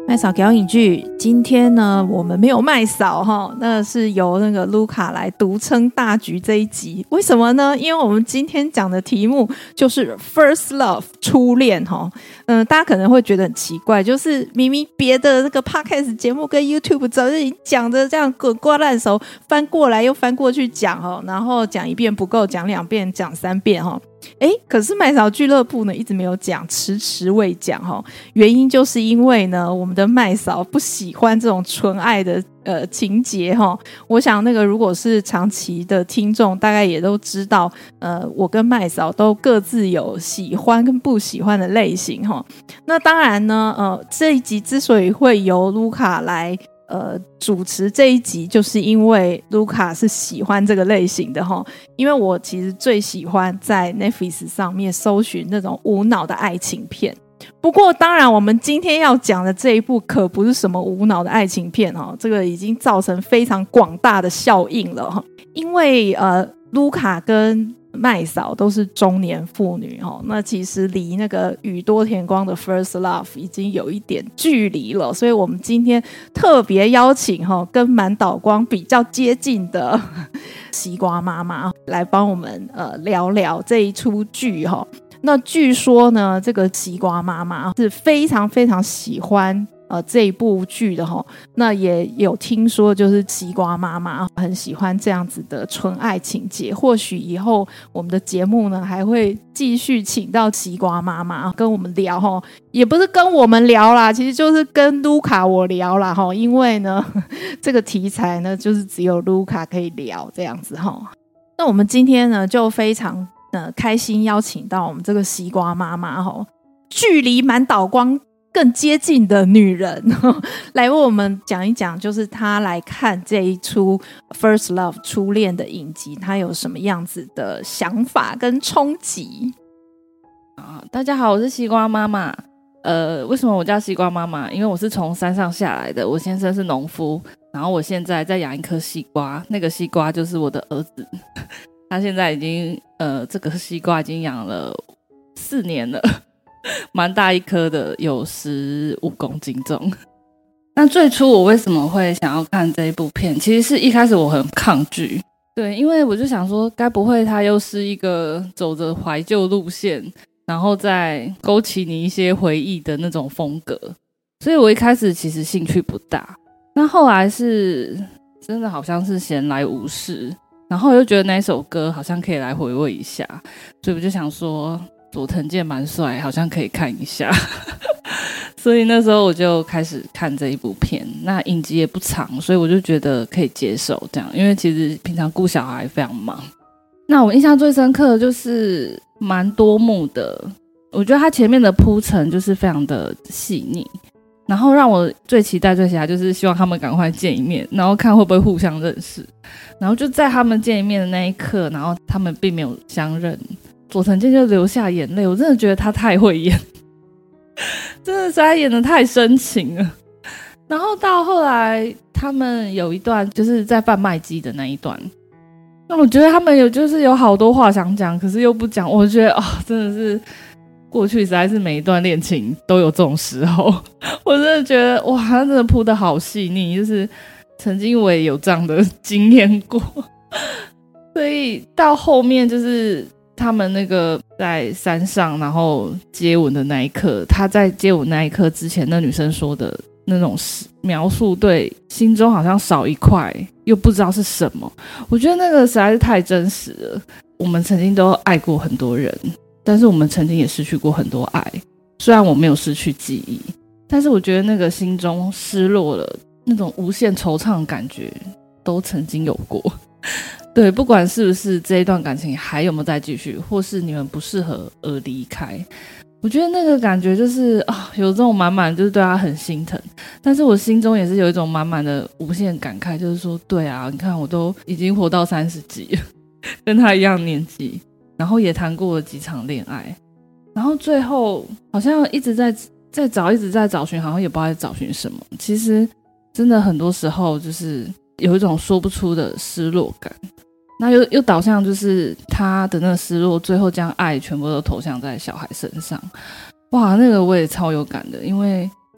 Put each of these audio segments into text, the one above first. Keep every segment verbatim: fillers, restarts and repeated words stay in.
麦嫂表演剧，今天呢我们没有麦嫂哈，那是由那个卢卡来独撑大局这一集。为什么呢？因为我们今天讲的题目就是 First Love 初恋哈。嗯，大家可能会觉得很奇怪，就是明明别的这个 Podcast 节目跟 YouTube 早就已经讲的这样滚瓜烂熟，翻过来又翻过去讲哈，然后讲一遍不够，讲两遍，讲三遍哈。诶，可是麦嫂俱乐部呢一直没有讲，迟迟未讲齁。原因就是因为呢，我们的麦嫂不喜欢这种纯爱的呃情节齁。我想那个如果是长期的听众，大概也都知道，呃，我跟麦嫂都各自有喜欢跟不喜欢的类型齁。那当然呢，呃，这一集之所以会由卢卡来。呃，主持这一集就是因为卢卡是喜欢这个类型的齁，因为我其实最喜欢在 Netflix 上面搜寻那种无脑的爱情片。不过当然我们今天要讲的这一部可不是什么无脑的爱情片齁，这个已经造成非常广大的效应了齁，因为呃，卢卡跟麦嫂都是中年妇女齁，那其实离那个宇多田光的 First Love 已经有一点距离了，所以我们今天特别邀请齁跟满岛光比较接近的西瓜妈妈来帮我们呃聊聊这一出剧齁。那据说呢，这个西瓜妈妈是非常非常喜欢呃，这一部剧的齁，那也有听说就是西瓜妈妈很喜欢这样子的纯爱情节，或许以后我们的节目呢还会继续请到西瓜妈妈跟我们聊齁，也不是跟我们聊啦，其实就是跟卢卡我聊啦齁，因为呢这个题材呢就是只有卢卡可以聊这样子齁。那我们今天呢就非常呃开心邀请到我们这个西瓜妈妈齁，距离满岛光更接近的女人来为我们讲一讲，就是她来看这一出 First Love 初恋的影集，她有什么样子的想法跟冲击。 啊，大家好，我是西瓜妈妈。呃，为什么我叫西瓜妈妈？因为我是从山上下来的，我先生是农夫，然后我现在在养一颗西瓜，那个西瓜就是我的儿子，他现在已经呃，这个西瓜已经养了四年了。蛮大一颗的，有十五公斤重。那最初我为什么会想要看这一部片，其实是一开始我很抗拒，对，因为我就想说该不会它又是一个走着怀旧路线，然后再勾起你一些回忆的那种风格，所以我一开始其实兴趣不大。那后来是真的好像是闲来无事，然后我就觉得那一首歌好像可以来回味一下，所以我就想说佐藤健蛮帅，好像可以看一下所以那时候我就开始看这一部片。那影集也不长，所以我就觉得可以接受这样，因为其实平常顾小孩非常忙。那我印象最深刻的就是蛮多幕的，我觉得他前面的铺陈就是非常的细腻，然后让我最期待最期待就是希望他们赶快见一面，然后看会不会互相认识，然后就在他们见一面的那一刻，然后他们并没有相认，佐藤健就流下眼泪，我真的觉得他太会演真的是他演得太深情了。然后到后来他们有一段就是在贩卖机的那一段，那我觉得他们有就是有好多话想讲，可是又不讲，我觉得哦，真的是过去实在是每一段恋情都有这种时候我真的觉得哇，他真的铺得好细腻，就是曾经我也有这样的经验过所以到后面就是他们那个在山上然后接吻的那一刻，他在接吻那一刻之前那女生说的那种描述，对，心中好像少一块又不知道是什么，我觉得那个实在是太真实了。我们曾经都爱过很多人，但是我们曾经也失去过很多爱，虽然我没有失去记忆，但是我觉得那个心中失落了那种无限惆怅的感觉都曾经有过对，不管是不是这一段感情还有没有再继续，或是你们不适合而离开，我觉得那个感觉就是啊，有这种满满就是对他很心疼，但是我心中也是有一种满满的无限感慨，就是说对啊，你看我都已经活到三十几了跟他一样年纪，然后也谈过了几场恋爱，然后最后好像一直在在找一直在找寻，好像也不知道在找寻什么。其实真的很多时候就是有一种说不出的失落感，那又又导向就是他的那个失落，最后将爱全部都投向在小孩身上。哇，那个我也超有感的，因为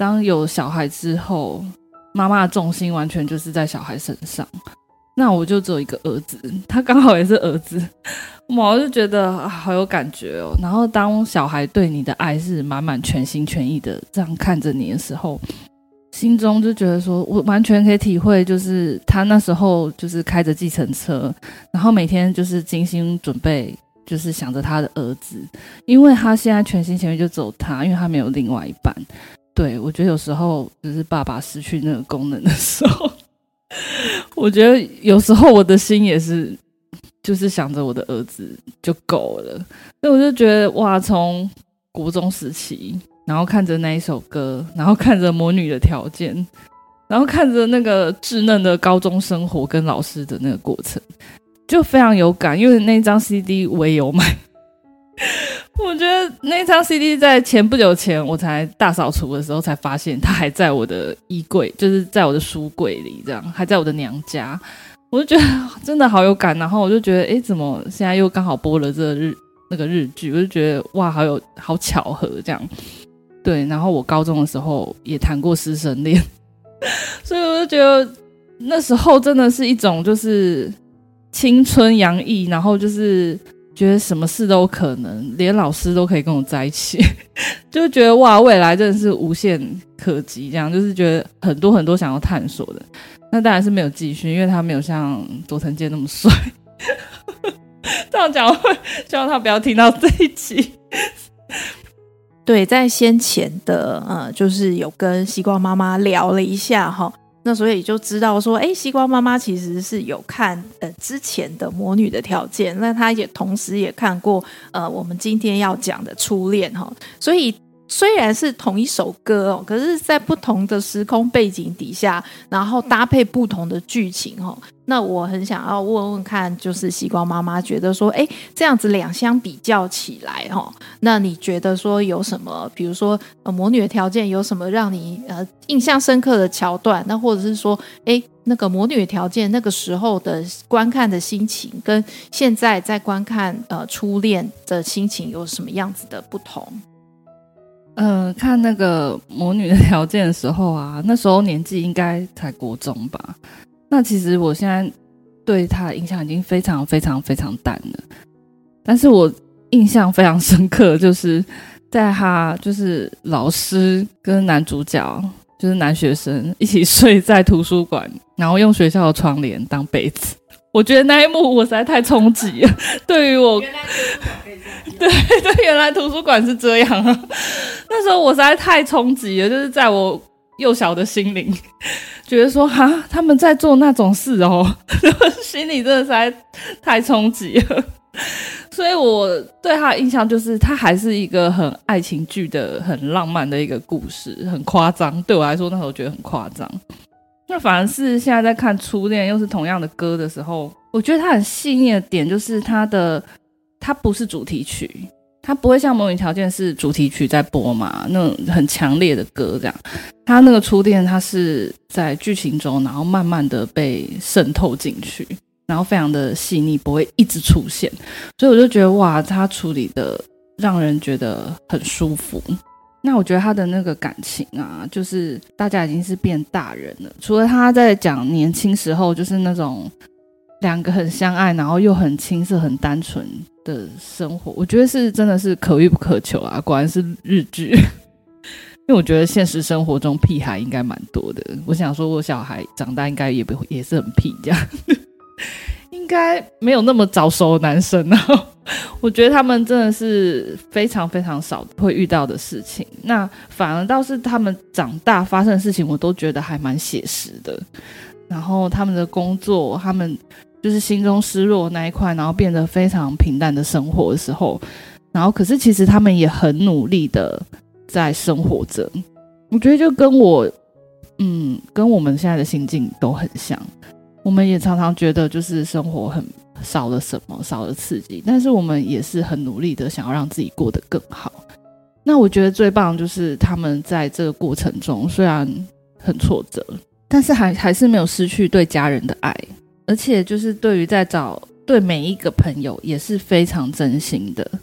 当有小孩之后，妈妈的重心完全就是在小孩身上。那我就只有一个儿子，他刚好也是儿子，我就觉得、啊、好有感觉哦。然后当小孩对你的爱是满满全心全意的这样看着你的时候，心中就觉得说我完全可以体会，就是他那时候就是开着计程车，然后每天就是精心准备，就是想着他的儿子，因为他现在全心全意就走他，因为他没有另外一半。对，我觉得有时候就是爸爸失去那个功能的时候，我觉得有时候我的心也是就是想着我的儿子就够了。所以我就觉得哇，从国中时期，然后看着那一首歌，然后看着魔女的条件，然后看着那个稚嫩的高中生活跟老师的那个过程，就非常有感。因为那张 C D 我也有买，我觉得那张 C D 在前不久前我才大扫除的时候才发现它还在我的衣柜，就是在我的书柜里，这样还在我的娘家。我就觉得真的好有感，然后我就觉得诶，怎么现在又刚好播了这个日那个日剧，我就觉得哇，好有好巧合这样。对，然后我高中的时候也谈过师生恋，所以我就觉得那时候真的是一种就是青春洋溢，然后就是觉得什么事都有可能，连老师都可以跟我在一起，就觉得哇，未来真的是无限可及，这样就是觉得很多很多想要探索的。那当然是没有继续，因为他没有像佐藤健那么帅。这样讲会希望他不要听到这一集。 对，在先前的呃，就是有跟西瓜妈妈聊了一下哈，那所以就知道说，哎，西瓜妈妈其实是有看呃之前的《魔女的条件》，那她也同时也看过呃我们今天要讲的《初恋》哈，所以虽然是同一首歌哦，可是在不同的时空背景底下，然后搭配不同的剧情哦。那我很想要问问看，就是西瓜妈妈觉得说，哎，这样子两相比较起来哦，那你觉得说有什么，比如说呃，魔女的条件有什么让你呃印象深刻的桥段？那或者是说，哎，那个魔女的条件那个时候的观看的心情，跟现在在观看呃初恋的心情有什么样子的不同？ 呃，看那个魔女的条件的时候啊，那时候年纪应该才国中吧。那其实我现在对他的印象已经非常非常非常淡了，但是我印象非常深刻，就是在他就是老师跟男主角就是男学生一起睡在图书馆，然后用学校的窗帘当被子。我觉得那一幕我实在太冲击了，对于我原来图书馆可以这样，对对，原来图书馆是这样啊！那时候我实在太冲击了，就是在我幼小的心灵，觉得说哈，他们在做那种事哦，心里真的实在太冲击了。所以我对他的印象就是，他还是一个很爱情剧的、很浪漫的一个故事，很夸张。对我来说，那时候觉得很夸张。那反而是现在在看初恋又是同样的歌的时候，我觉得它很细腻的点就是它的它不是主题曲，它不会像魔女条件是主题曲在播嘛，那种很强烈的歌这样。它那个初恋它是在剧情中，然后慢慢的被渗透进去，然后非常的细腻，不会一直出现，所以我就觉得哇，它处理的让人觉得很舒服。那我觉得他的那个感情啊，就是大家已经是变大人了，除了他在讲年轻时候就是那种两个很相爱然后又很青涩很单纯的生活，我觉得是真的是可遇不可求啊，果然是日剧。因为我觉得现实生活中屁孩应该蛮多的，我想说我小孩长大应该也不也是很屁这样，应该没有那么早熟的男生啊。我觉得他们真的是非常非常少会遇到的事情，那反而倒是他们长大发生的事情我都觉得还蛮写实的。然后他们的工作，他们就是心中失落那一块，然后变得非常平淡的生活的时候，然后可是其实他们也很努力的在生活着。我觉得就跟我嗯跟我们现在的心境都很像，我们也常常觉得就是生活很少了什么，少了刺激，但是我们也是很努力的想要让自己过得更好。那我觉得最棒就是他们在这个过程中虽然很挫折，但是还还是没有失去对家人的爱，而且就是对于在找对每一个朋友也是非常真心的。我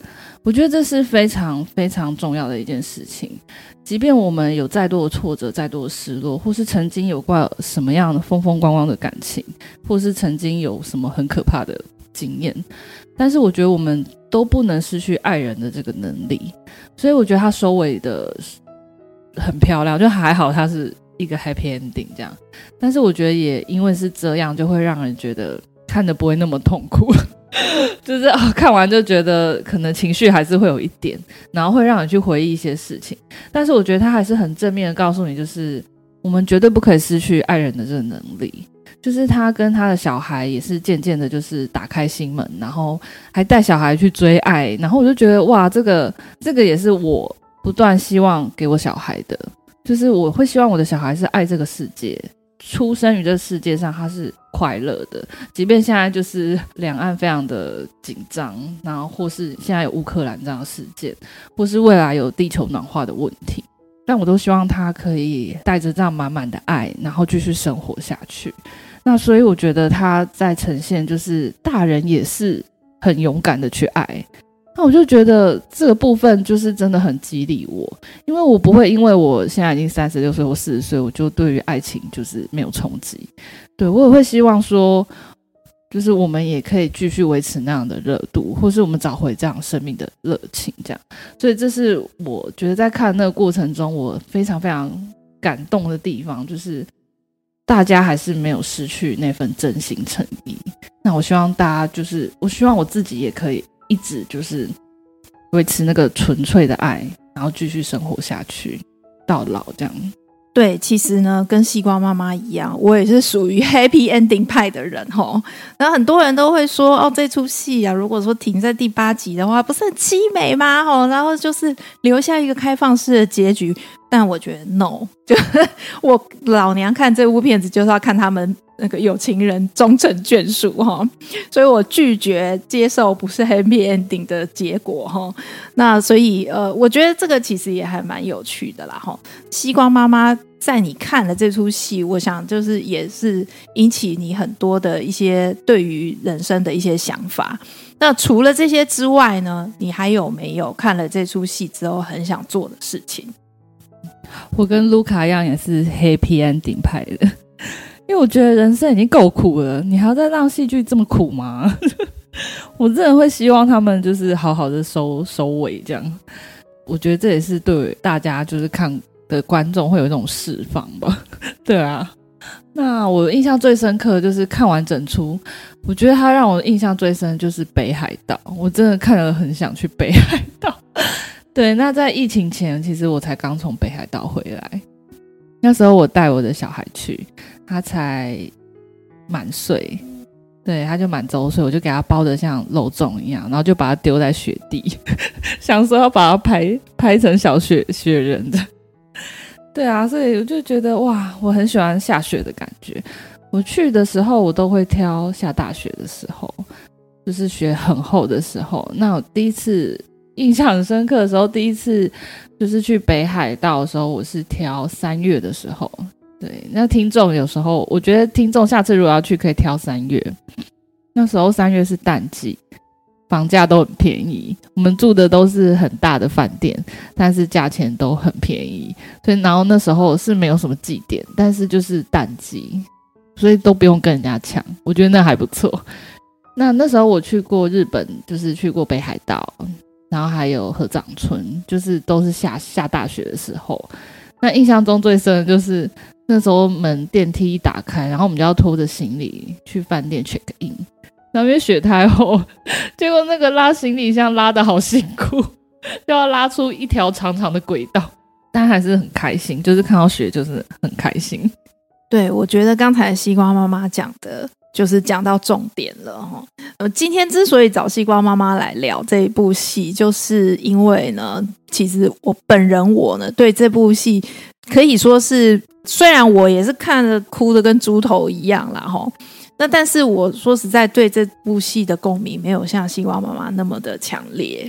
我觉得这是非常非常重要的一件事情。即便我们有再多的挫折，再多的失落，或是曾经有过什么样的风风光光的感情，或是曾经有什么很可怕的经验，但是我觉得我们都不能失去爱人的这个能力。所以我觉得他收尾的很漂亮，就还好他是一个 happy ending 这样，但是我觉得也因为是这样，就会让人觉得看得不会那么痛苦就是、哦、看完就觉得可能情绪还是会有一点，然后会让你去回忆一些事情，但是我觉得他还是很正面的告诉你，就是我们绝对不可以失去爱人的这个能力。就是他跟他的小孩也是渐渐的就是打开心门，然后还带小孩去追爱，然后我就觉得哇，这个这个也是我不断希望给我小孩的，就是我会希望我的小孩是爱这个世界，出生于这个世界上他是快乐的，即便现在就是两岸非常的紧张，然后或是现在有乌克兰这样的事件，或是未来有地球暖化的问题，但我都希望他可以带着这样满满的爱，然后继续生活下去。那所以我觉得他在呈现就是大人也是很勇敢的去爱，那我就觉得这个部分就是真的很激励我，因为我不会因为我现在已经三十六岁或四十岁，我就对于爱情就是没有冲击。对，我也会希望说，就是我们也可以继续维持那样的热度，或是我们找回这样生命的热情，这样。所以这是我觉得在看那个过程中，我非常非常感动的地方，就是大家还是没有失去那份真心诚意。那我希望大家就是，我希望我自己也可以一直就是维持那个纯粹的爱，然后继续生活下去到老这样。 对，其实呢跟西瓜妈妈一样，我也是属于 happy ending 派的人齁。然后很多人都会说，哦，这出戏啊，如果说停在第八集的话，不是很凄美吗？齁，然后就是留下一个开放式的结局。但我觉得 no， 就是我老娘看这部片子就是要看他们那个有情人终成眷属齁，所以我拒绝接受不是 happy ending 的结果齁。那所以呃，我觉得这个其实也还蛮有趣的啦齁。西瓜妈妈在你看了这出戏，我想就是也是引起你很多的一些对于人生的一些想法。那除了这些之外呢，你还有没有看了这出戏之后很想做的事情？ 我跟卢卡一样也是 happy ending 派的，因为我觉得人生已经够苦了，你还要再让戏剧这么苦吗？我真的会希望他们就是好好的收收尾这样。我觉得这也是对大家就是看的观众会有一种释放吧。对啊，那我印象最深刻的就是看完整出，我觉得他让我印象最深的就是北海道，我真的看了很想去北海道。对，那在疫情前其实我才刚从北海道回来，那时候我带我的小孩去，他才满岁，对，他就满周岁，我就给他包得像肉粽一样，然后就把他丢在雪地想说要把他拍拍成小雪雪人的。对啊，所以我就觉得哇，我很喜欢下雪的感觉。我去的时候我都会挑下大雪的时候，就是雪很厚的时候。那我第一次印象很深刻的时候，第一次就是去北海道的时候，我是挑三月的时候。对，那听众有时候我觉得听众下次如果要去可以挑三月，那时候三月是淡季，房价都很便宜，我们住的都是很大的饭店，但是价钱都很便宜，所以然后那时候是没有什么祭典，但是就是淡季，所以都不用跟人家抢，我觉得那还不错。那那时候我去过日本，就是去过北海道，然后还有合掌村，就是都是下下大雪的时候。那印象中最深的就是那时候门电梯一打开，然后我们就要拖着行李去饭店 check in， 然后因为雪太厚，结果那个拉行李箱拉得好辛苦，就要拉出一条长长的轨道，但还是很开心，就是看到雪就是很开心。 对，我觉得刚才西瓜妈妈讲的就是讲到重点了齁。呃，今天之所以找西瓜妈妈来聊这一部戏，就是因为呢，其实我本人我呢对这部戏可以说是，虽然我也是看了哭的跟猪头一样啦齁，那但是我说实在对这部戏的共鸣没有像西瓜妈妈那么的强烈。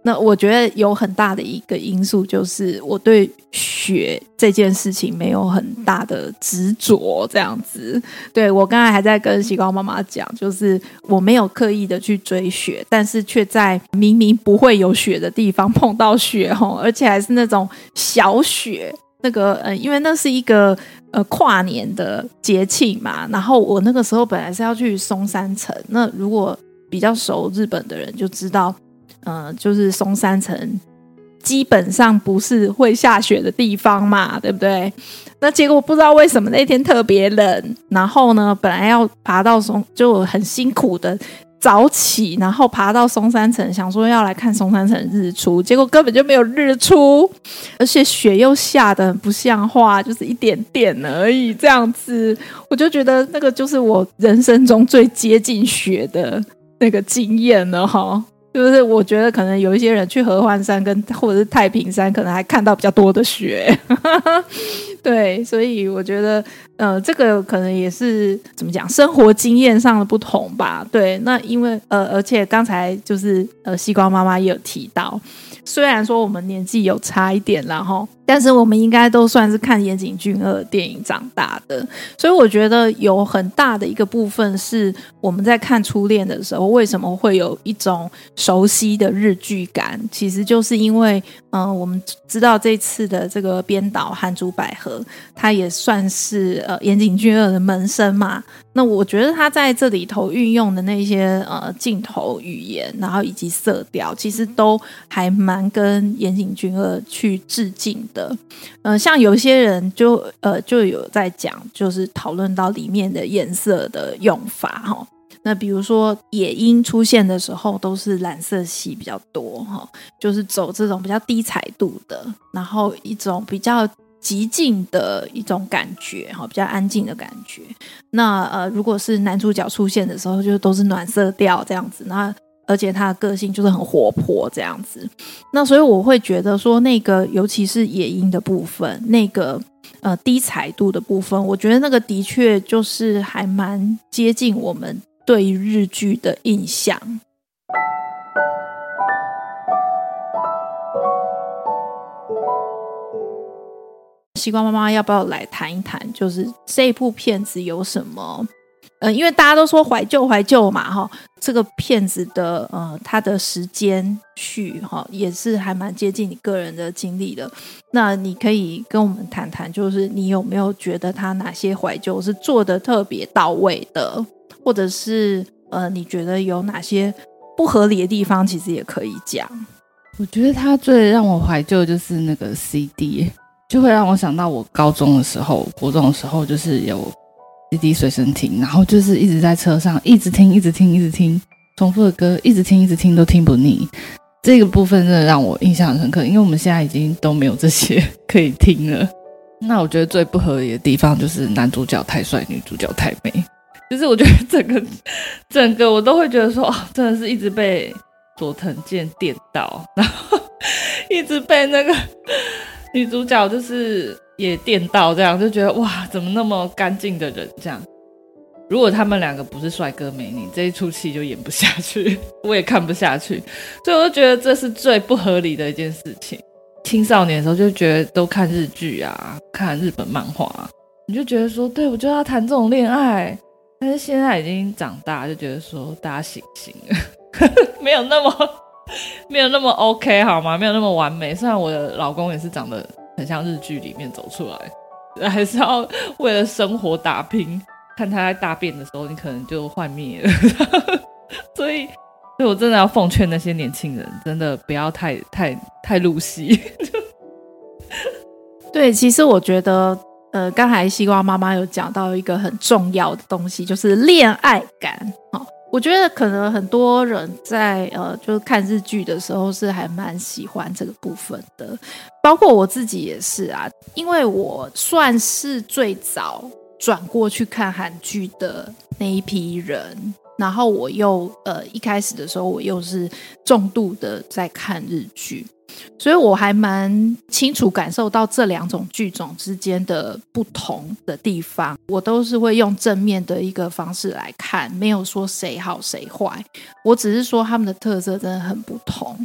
那我觉得有很大的一个因素就是我对雪这件事情没有很大的执着，这样子。对，我刚才还在跟西瓜妈妈讲，就是我没有刻意的去追雪，但是却在明明不会有雪的地方碰到雪，而且还是那种小雪。那个呃，因为那是一个呃跨年的节庆嘛，然后我那个时候本来是要去松山城，那如果比较熟日本的人就知道，呃，就是松山城基本上不是会下雪的地方嘛，对不对？那结果不知道为什么那天特别冷，然后呢，本来要爬到松，就很辛苦的早起，然后爬到松山城，想说要来看松山城日出，结果根本就没有日出，而且雪又下得很不像话，就是一点点而已，这样子，我就觉得那个就是我人生中最接近雪的那个经验了哈。就是我觉得可能有一些人去合欢山跟或者是太平山可能还看到比较多的雪对，所以我觉得呃，这个可能也是怎么讲，生活经验上的不同吧。对，那因为呃，而且刚才就是呃，西瓜妈妈也有提到，虽然说我们年纪有差一点啦齁，但是我们应该都算是看岩井俊二电影长大的，所以我觉得有很大的一个部分是我们在看初恋的时候为什么会有一种熟悉的日剧感，其实就是因为呃，我们知道这次的这个编导韩竹百合他也算是呃岩井俊二的门生嘛，那我觉得他在这里头运用的那些呃镜头语言，然后以及色调，其实都还蛮跟岩井俊二去致敬的。呃，像有些人就呃就有在讲，就是讨论到里面的颜色的用法哈。那比如说野樱出现的时候都是蓝色系比较多哈，就是走这种比较低彩度的，然后一种比较极静的一种感觉，比较安静的感觉。那呃，如果是男主角出现的时候，就都是暖色调这样子，那而且他的个性就是很活泼这样子。那所以我会觉得说，那个尤其是野樱的部分，那个呃低彩度的部分，我觉得那个的确就是还蛮接近我们对于日剧的印象。西瓜妈妈要不要来谈一谈，就是这部片子有什么呃，因为大家都说怀旧怀旧嘛哈，这个片子的呃它的时间序哈也是还蛮接近你个人的经历的。那你可以跟我们谈谈，就是你有没有觉得它哪些怀旧是做得特别到位的，或者是呃你觉得有哪些不合理的地方，其实也可以讲。 我觉得它最让我怀旧就是那个 C D， 就会让我想到我高中的时候国中的时候就是有 C D 随身听，然后就是一直在车上一直听一直听一直听重复的歌，一直听一直听都听不腻。这个部分真的让我印象很深刻，因为我们现在已经都没有这些可以听了。那我觉得最不合理的地方就是男主角太帅女主角太美，就是我觉得整个整个我都会觉得说、哦、真的是一直被佐藤健电到，然后一直被那个女主角就是也电到，这样就觉得哇怎么那么干净的人这样。如果他们两个不是帅哥美女，这一出戏就演不下去，我也看不下去，所以我就觉得这是最不合理的一件事情。青少年的时候就觉得都看日剧啊，看日本漫画啊，你就觉得说对我就要谈这种恋爱，但是现在已经长大就觉得说大家醒醒了没有那么没有那么 OK 好吗？没有那么完美。虽然我的老公也是长得很像日剧里面走出来，还是要为了生活打拼，看他在大便的时候你可能就幻灭了所以所以我真的要奉劝那些年轻人，真的不要太太太入戏对，其实我觉得呃，刚才西瓜妈妈有讲到一个很重要的东西，就是恋爱感、哦、我觉得可能很多人在呃，就是看日剧的时候是还蛮喜欢这个部分的，包括我自己也是啊，因为我算是最早转过去看韩剧的那一批人，然后我又呃一开始的时候我又是重度的在看日剧，所以我还蛮清楚感受到这两种剧种之间的不同的地方，我都是会用正面的一个方式来看，没有说谁好谁坏，我只是说他们的特色真的很不同。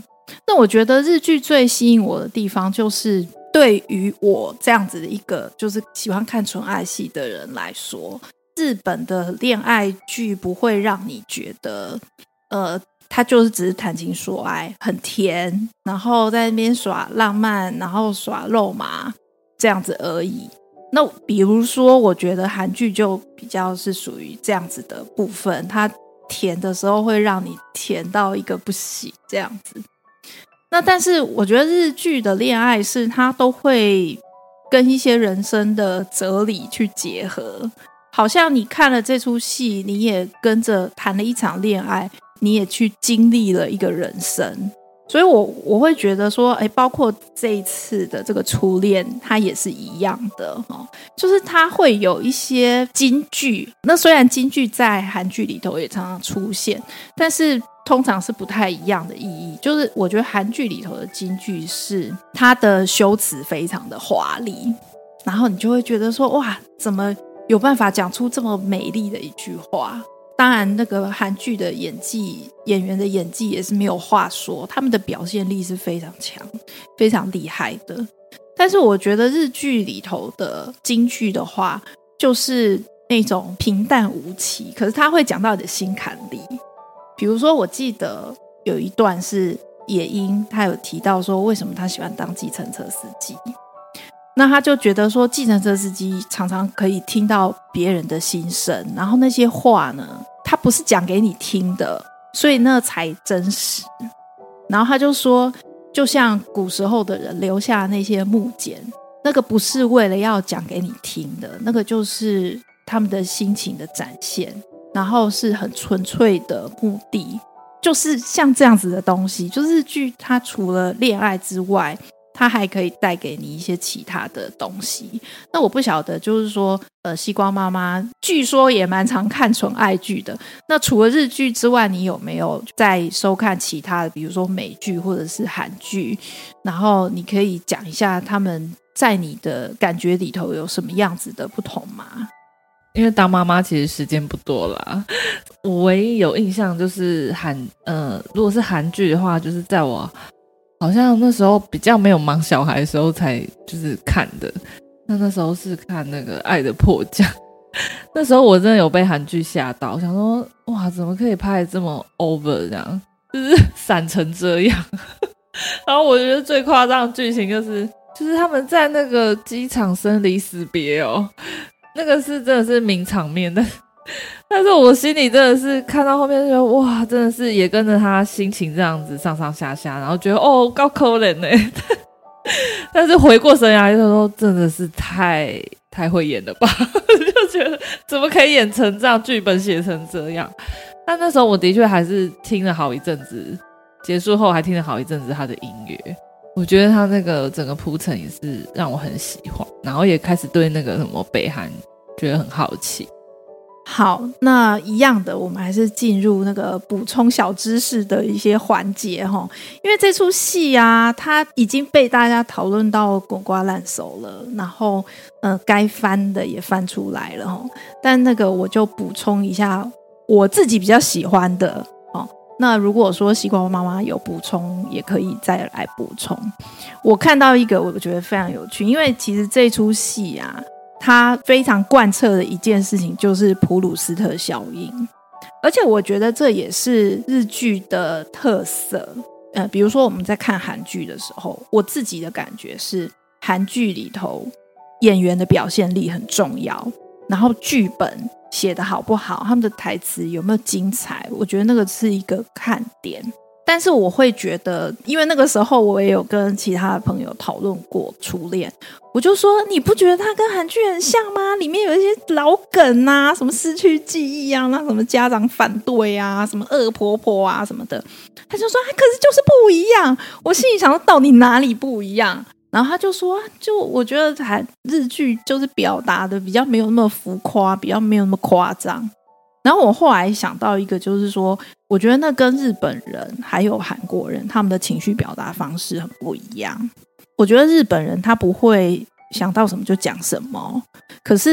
那我觉得日剧最吸引我的地方，就是对于我这样子的一个就是喜欢看纯爱戏的人来说，日本的恋爱剧不会让你觉得呃，他就是只是谈情说爱很甜，然后在那边耍浪漫，然后耍肉麻这样子而已。那比如说我觉得韩剧就比较是属于这样子的部分，它甜的时候会让你甜到一个不行这样子。那但是我觉得日剧的恋爱是它都会跟一些人生的哲理去结合，好像你看了这出戏，你也跟着谈了一场恋爱，你也去经历了一个人生。所以我我会觉得说，哎，包括这一次的这个初恋，它也是一样的哦，就是它会有一些金句。那虽然金句在韩剧里头也常常出现，但是通常是不太一样的意义。就是我觉得韩剧里头的金句是它的修辞非常的华丽，然后你就会觉得说，哇，怎么有办法讲出这么美丽的一句话。当然那个韩剧的演技演员的演技也是没有话说，他们的表现力是非常强非常厉害的。但是我觉得日剧里头的金句的话，就是那种平淡无奇，可是他会讲到你的心坎里。比如说我记得有一段是野樱，他有提到说为什么他喜欢当计程车司机，那他就觉得说计程车司机常常可以听到别人的心声，然后那些话呢他不是讲给你听的，所以那才真实。然后他就说就像古时候的人留下那些木简，那个不是为了要讲给你听的，那个就是他们的心情的展现，然后是很纯粹的目的。就是像这样子的东西，就是日剧它除了恋爱之外，它还可以带给你一些其他的东西。那我不晓得就是说呃，西瓜妈妈据说也蛮常看纯爱剧的，那除了日剧之外，你有没有在收看其他的比如说美剧或者是韩剧，然后你可以讲一下他们在你的感觉里头有什么样子的不同吗？ 因为当妈妈其实时间不多啦，我唯一有印象就是韩呃，如果是韩剧的话，就是在我好像那时候比较没有忙小孩的时候才就是看的。那那时候是看那个《爱的迫降》，那时候我真的有被韩剧吓到，想说哇，怎么可以拍得这么 over 这样，就是散成这样。然后我觉得最夸张的剧情就是就是他们在那个机场生离死别哦，那个是真的是名场面，但但是我心里真的是看到后面就觉得哇，真的是也跟着他心情这样子上上下下，然后觉得哦，高可怜耶。但是回过神来的时候，真的是太太会演了吧，就觉得怎么可以演成这样，剧本写成这样。但那时候我的确还是听了好一阵子，结束后还听了好一阵子他的音乐，我觉得他那个整个铺陈也是让我很喜欢，然后也开始对那个什么北韩觉得很好奇。 好，那一样的，我们还是进入那个补充小知识的一些环节齁。因为这出戏啊，它已经被大家讨论到滚瓜烂熟了，然后呃，该翻的也翻出来了齁。但那个我就补充一下我自己比较喜欢的齁。那如果说西瓜妈妈有补充，也可以再来补充。我看到一个我觉得非常有趣，因为其实这出戏啊，它非常贯彻的一件事情就是普鲁斯特效应，而且我觉得这也是日剧的特色。呃，比如说我们在看韩剧的时候，我自己的感觉是韩剧里头演员的表现力很重要，然后剧本写得好不好，他们的台词有没有精彩，我觉得那个是一个看点。但是我会觉得，因为那个时候我也有跟其他的朋友讨论过初恋，我就说你不觉得它跟韩剧很像吗？里面有一些老梗啊，什么失去记忆啊，那什么家长反对啊，什么恶婆婆啊什么的。他就说、啊、可是就是不一样。我心里想说到底哪里不一样，然后他就说就我觉得韩日剧就是表达的比较没有那么浮夸，比较没有那么夸张。然后我后来想到一个，就是说我觉得那跟日本人还有韩国人他们的情绪表达方式很不一样。我觉得日本人他不会想到什么就讲什么，可是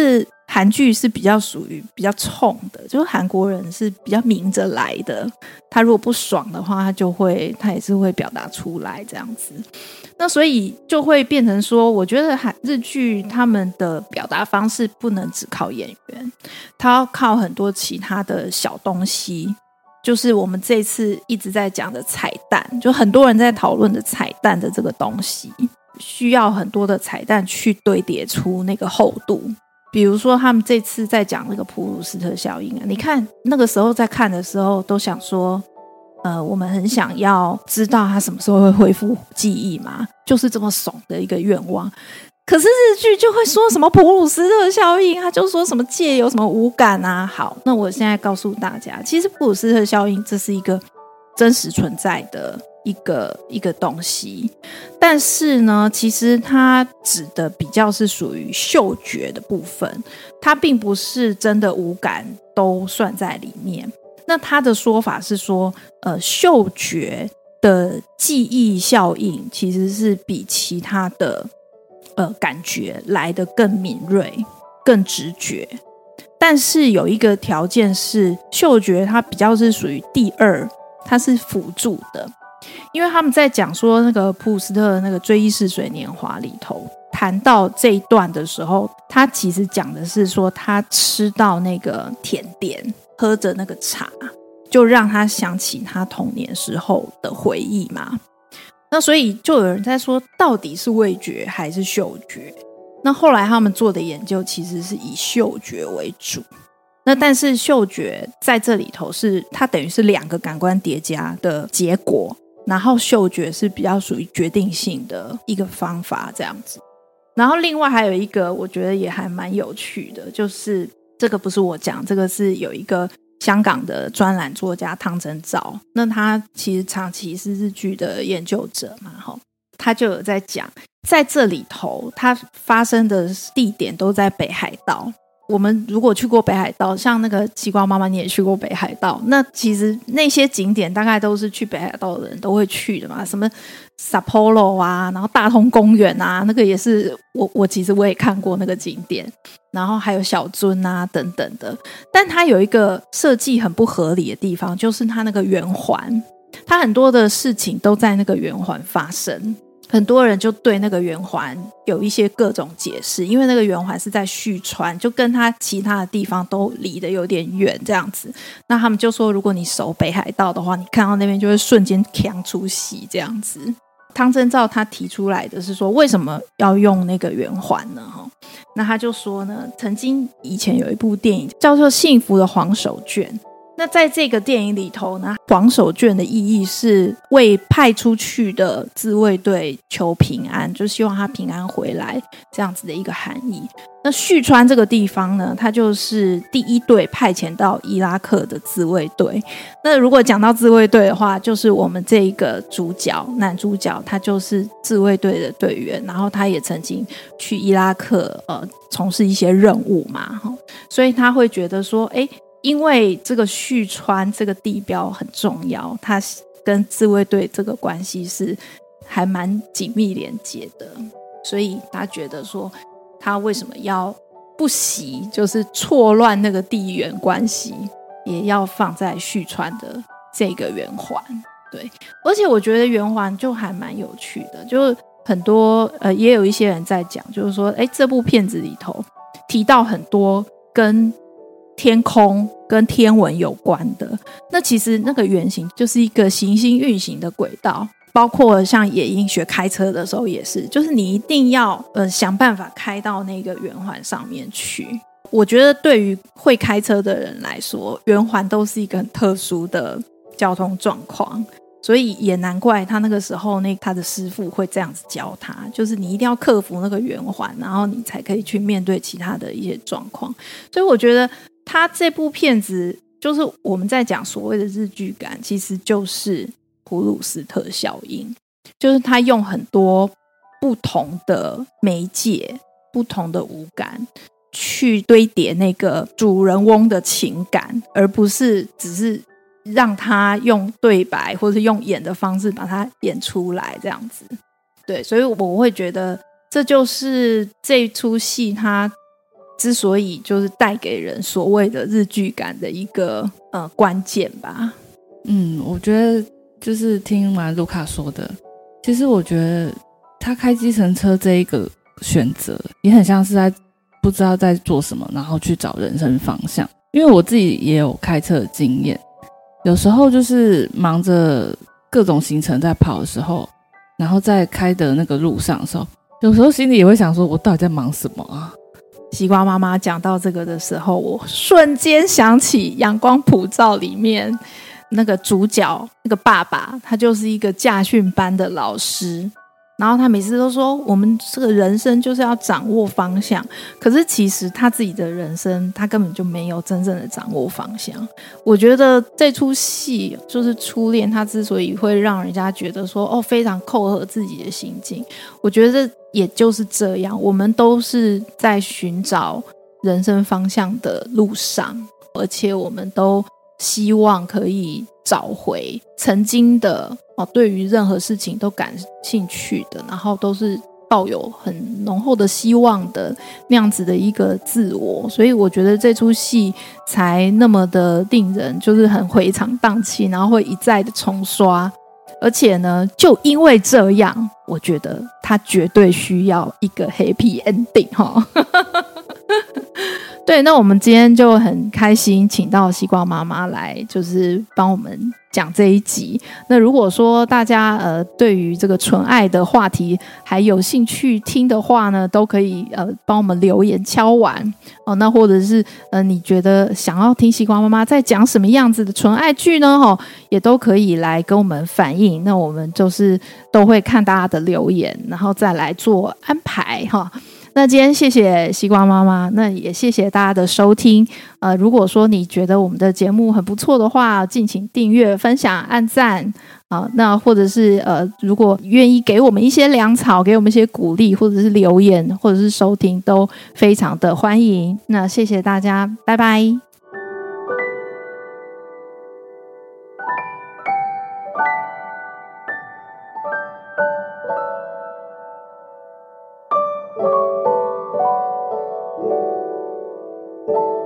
韩剧是比较属于比较冲的，就是韩国人是比较明着来的，他如果不爽的话，他就会他也是会表达出来这样子。那所以就会变成说，我觉得韩日剧他们的表达方式不能只靠演员，他要靠很多其他的小东西，就是我们这次一直在讲的彩蛋，就很多人在讨论的彩蛋的这个东西，需要很多的彩蛋去堆叠出那个厚度。比如说他们这次在讲那个普鲁斯特效应啊，你看那个时候在看的时候都想说呃，我们很想要知道他什么时候会恢复记忆嘛，就是这么怂的一个愿望。可是日剧就会说什么普鲁斯特效应，他就说什么借有什么无感啊。好，那我现在告诉大家，其实普鲁斯特效应这是一个真实存在的一个一个东西，但是呢其实它指的比较是属于嗅觉的部分，它并不是真的五感都算在里面。那他的说法是说呃，嗅觉的记忆效应其实是比其他的呃感觉来得更敏锐更直觉，但是有一个条件是嗅觉它比较是属于第二，它是辅助的。因为他们在讲说那个普鲁斯特的那个追忆似水年华里头谈到这一段的时候，他其实讲的是说他吃到那个甜点喝着那个茶，就让他想起他童年时候的回忆嘛。那所以就有人在说到底是味觉还是嗅觉，那后来他们做的研究其实是以嗅觉为主。那但是嗅觉在这里头是它等于是两个感官叠加的结果，然后嗅觉是比较属于决定性的一个方法这样子。然后另外还有一个我觉得也还蛮有趣的，就是这个不是我讲，这个是有一个香港的专栏作家汤真照，那他其实长期是日剧的研究者嘛，他就有在讲在这里头他发生的地点都在北海道。我们如果去过北海道，像那个西瓜妈妈你也去过北海道，那其实那些景点大概都是去北海道的人都会去的嘛，什么 Sapporo 啊，然后大通公园啊，那个也是我我其实我也看过那个景点，然后还有小樽啊等等的。但它有一个设计很不合理的地方，就是它那个圆环，它很多的事情都在那个圆环发生，很多人就对那个圆环有一些各种解释，因为那个圆环是在旭川，就跟它其他的地方都离得有点远这样子。那他们就说如果你熟北海道的话，你看到那边就会瞬间呛出戏这样子。汤真照他提出来的是说为什么要用那个圆环呢？那他就说呢，曾经以前有一部电影叫做《幸福的黄手绢》，那在这个电影里头呢，黄手绢的意义是为派出去的自卫队求平安，就希望他平安回来这样子的一个含义。那旭川这个地方呢，它就是第一队派遣到伊拉克的自卫队。那如果讲到自卫队的话，就是我们这个主角男主角他就是自卫队的队员，然后他也曾经去伊拉克呃从事一些任务嘛，所以他会觉得说诶因为这个旭川这个地标很重要，它跟自卫队这个关系是还蛮紧密连接的，所以他觉得说他为什么要不惜就是错乱那个地缘关系，也要放在旭川的这个圆环。对，而且我觉得圆环就还蛮有趣的，就很多呃也有一些人在讲，就是说哎，这部片子里头提到很多跟天空跟天文有关的，那其实那个圆形就是一个行星运行的轨道，包括像野鹰学开车的时候也是，就是你一定要呃想办法开到那个圆环上面去。我觉得对于会开车的人来说，圆环都是一个很特殊的交通状况，所以也难怪他那个时候那他的师傅会这样子教他，就是你一定要克服那个圆环，然后你才可以去面对其他的一些状况。所以我觉得他这部片子就是我们在讲所谓的日剧感，其实就是普鲁斯特效应，就是他用很多不同的媒介不同的五感去堆叠那个主人翁的情感，而不是只是让他用对白或是用演的方式把它演出来这样子。对，所以我会觉得这就是这出戏它之所以就是带给人所谓的日剧感的一个呃关键吧。 嗯，我觉得就是听完卢卡说的，其实我觉得他开计程车这一个选择也很像是在不知道在做什么，然后去找人生方向。因为我自己也有开车的经验，有时候就是忙着各种行程在跑的时候，然后在开的那个路上的时候，有时候心里也会想说，我到底在忙什么啊？ 西瓜妈妈讲到这个的时候，我瞬间想起《阳光普照》里面那个主角那个爸爸，他就是一个驾训班的老师，然后他每次都说我们这个人生就是要掌握方向，可是其实他自己的人生他根本就没有真正的掌握方向。我觉得这出戏就是初恋，他之所以会让人家觉得说哦非常扣合自己的心境，我觉得也就是这样，我们都是在寻找人生方向的路上，而且我们都希望可以找回曾经的、哦、对于任何事情都感兴趣的，然后都是抱有很浓厚的希望的那样子的一个自我。所以我觉得这出戏才那么的令人就是很回肠荡气，然后会一再的重刷。而且呢，就因为这样，我觉得他绝对需要一个 happy ending 哈。对，那我们今天就很开心请到西瓜妈妈来就是帮我们讲这一集。那如果说大家呃对于这个纯爱的话题还有兴趣听的话呢，都可以呃帮我们留言敲完哦。那或者是呃你觉得想要听西瓜妈妈在讲什么样子的纯爱剧呢，哦，也都可以来跟我们反映。那我们就是都会看大家的留言，然后再来做安排哈。那今天谢谢西瓜妈妈，那也谢谢大家的收听。呃，如果说你觉得我们的节目很不错的话，敬请订阅、分享、按赞啊、呃。那或者是呃，如果愿意给我们一些粮草，给我们一些鼓励，或者是留言，或者是收听，都非常的欢迎。那谢谢大家，拜拜。you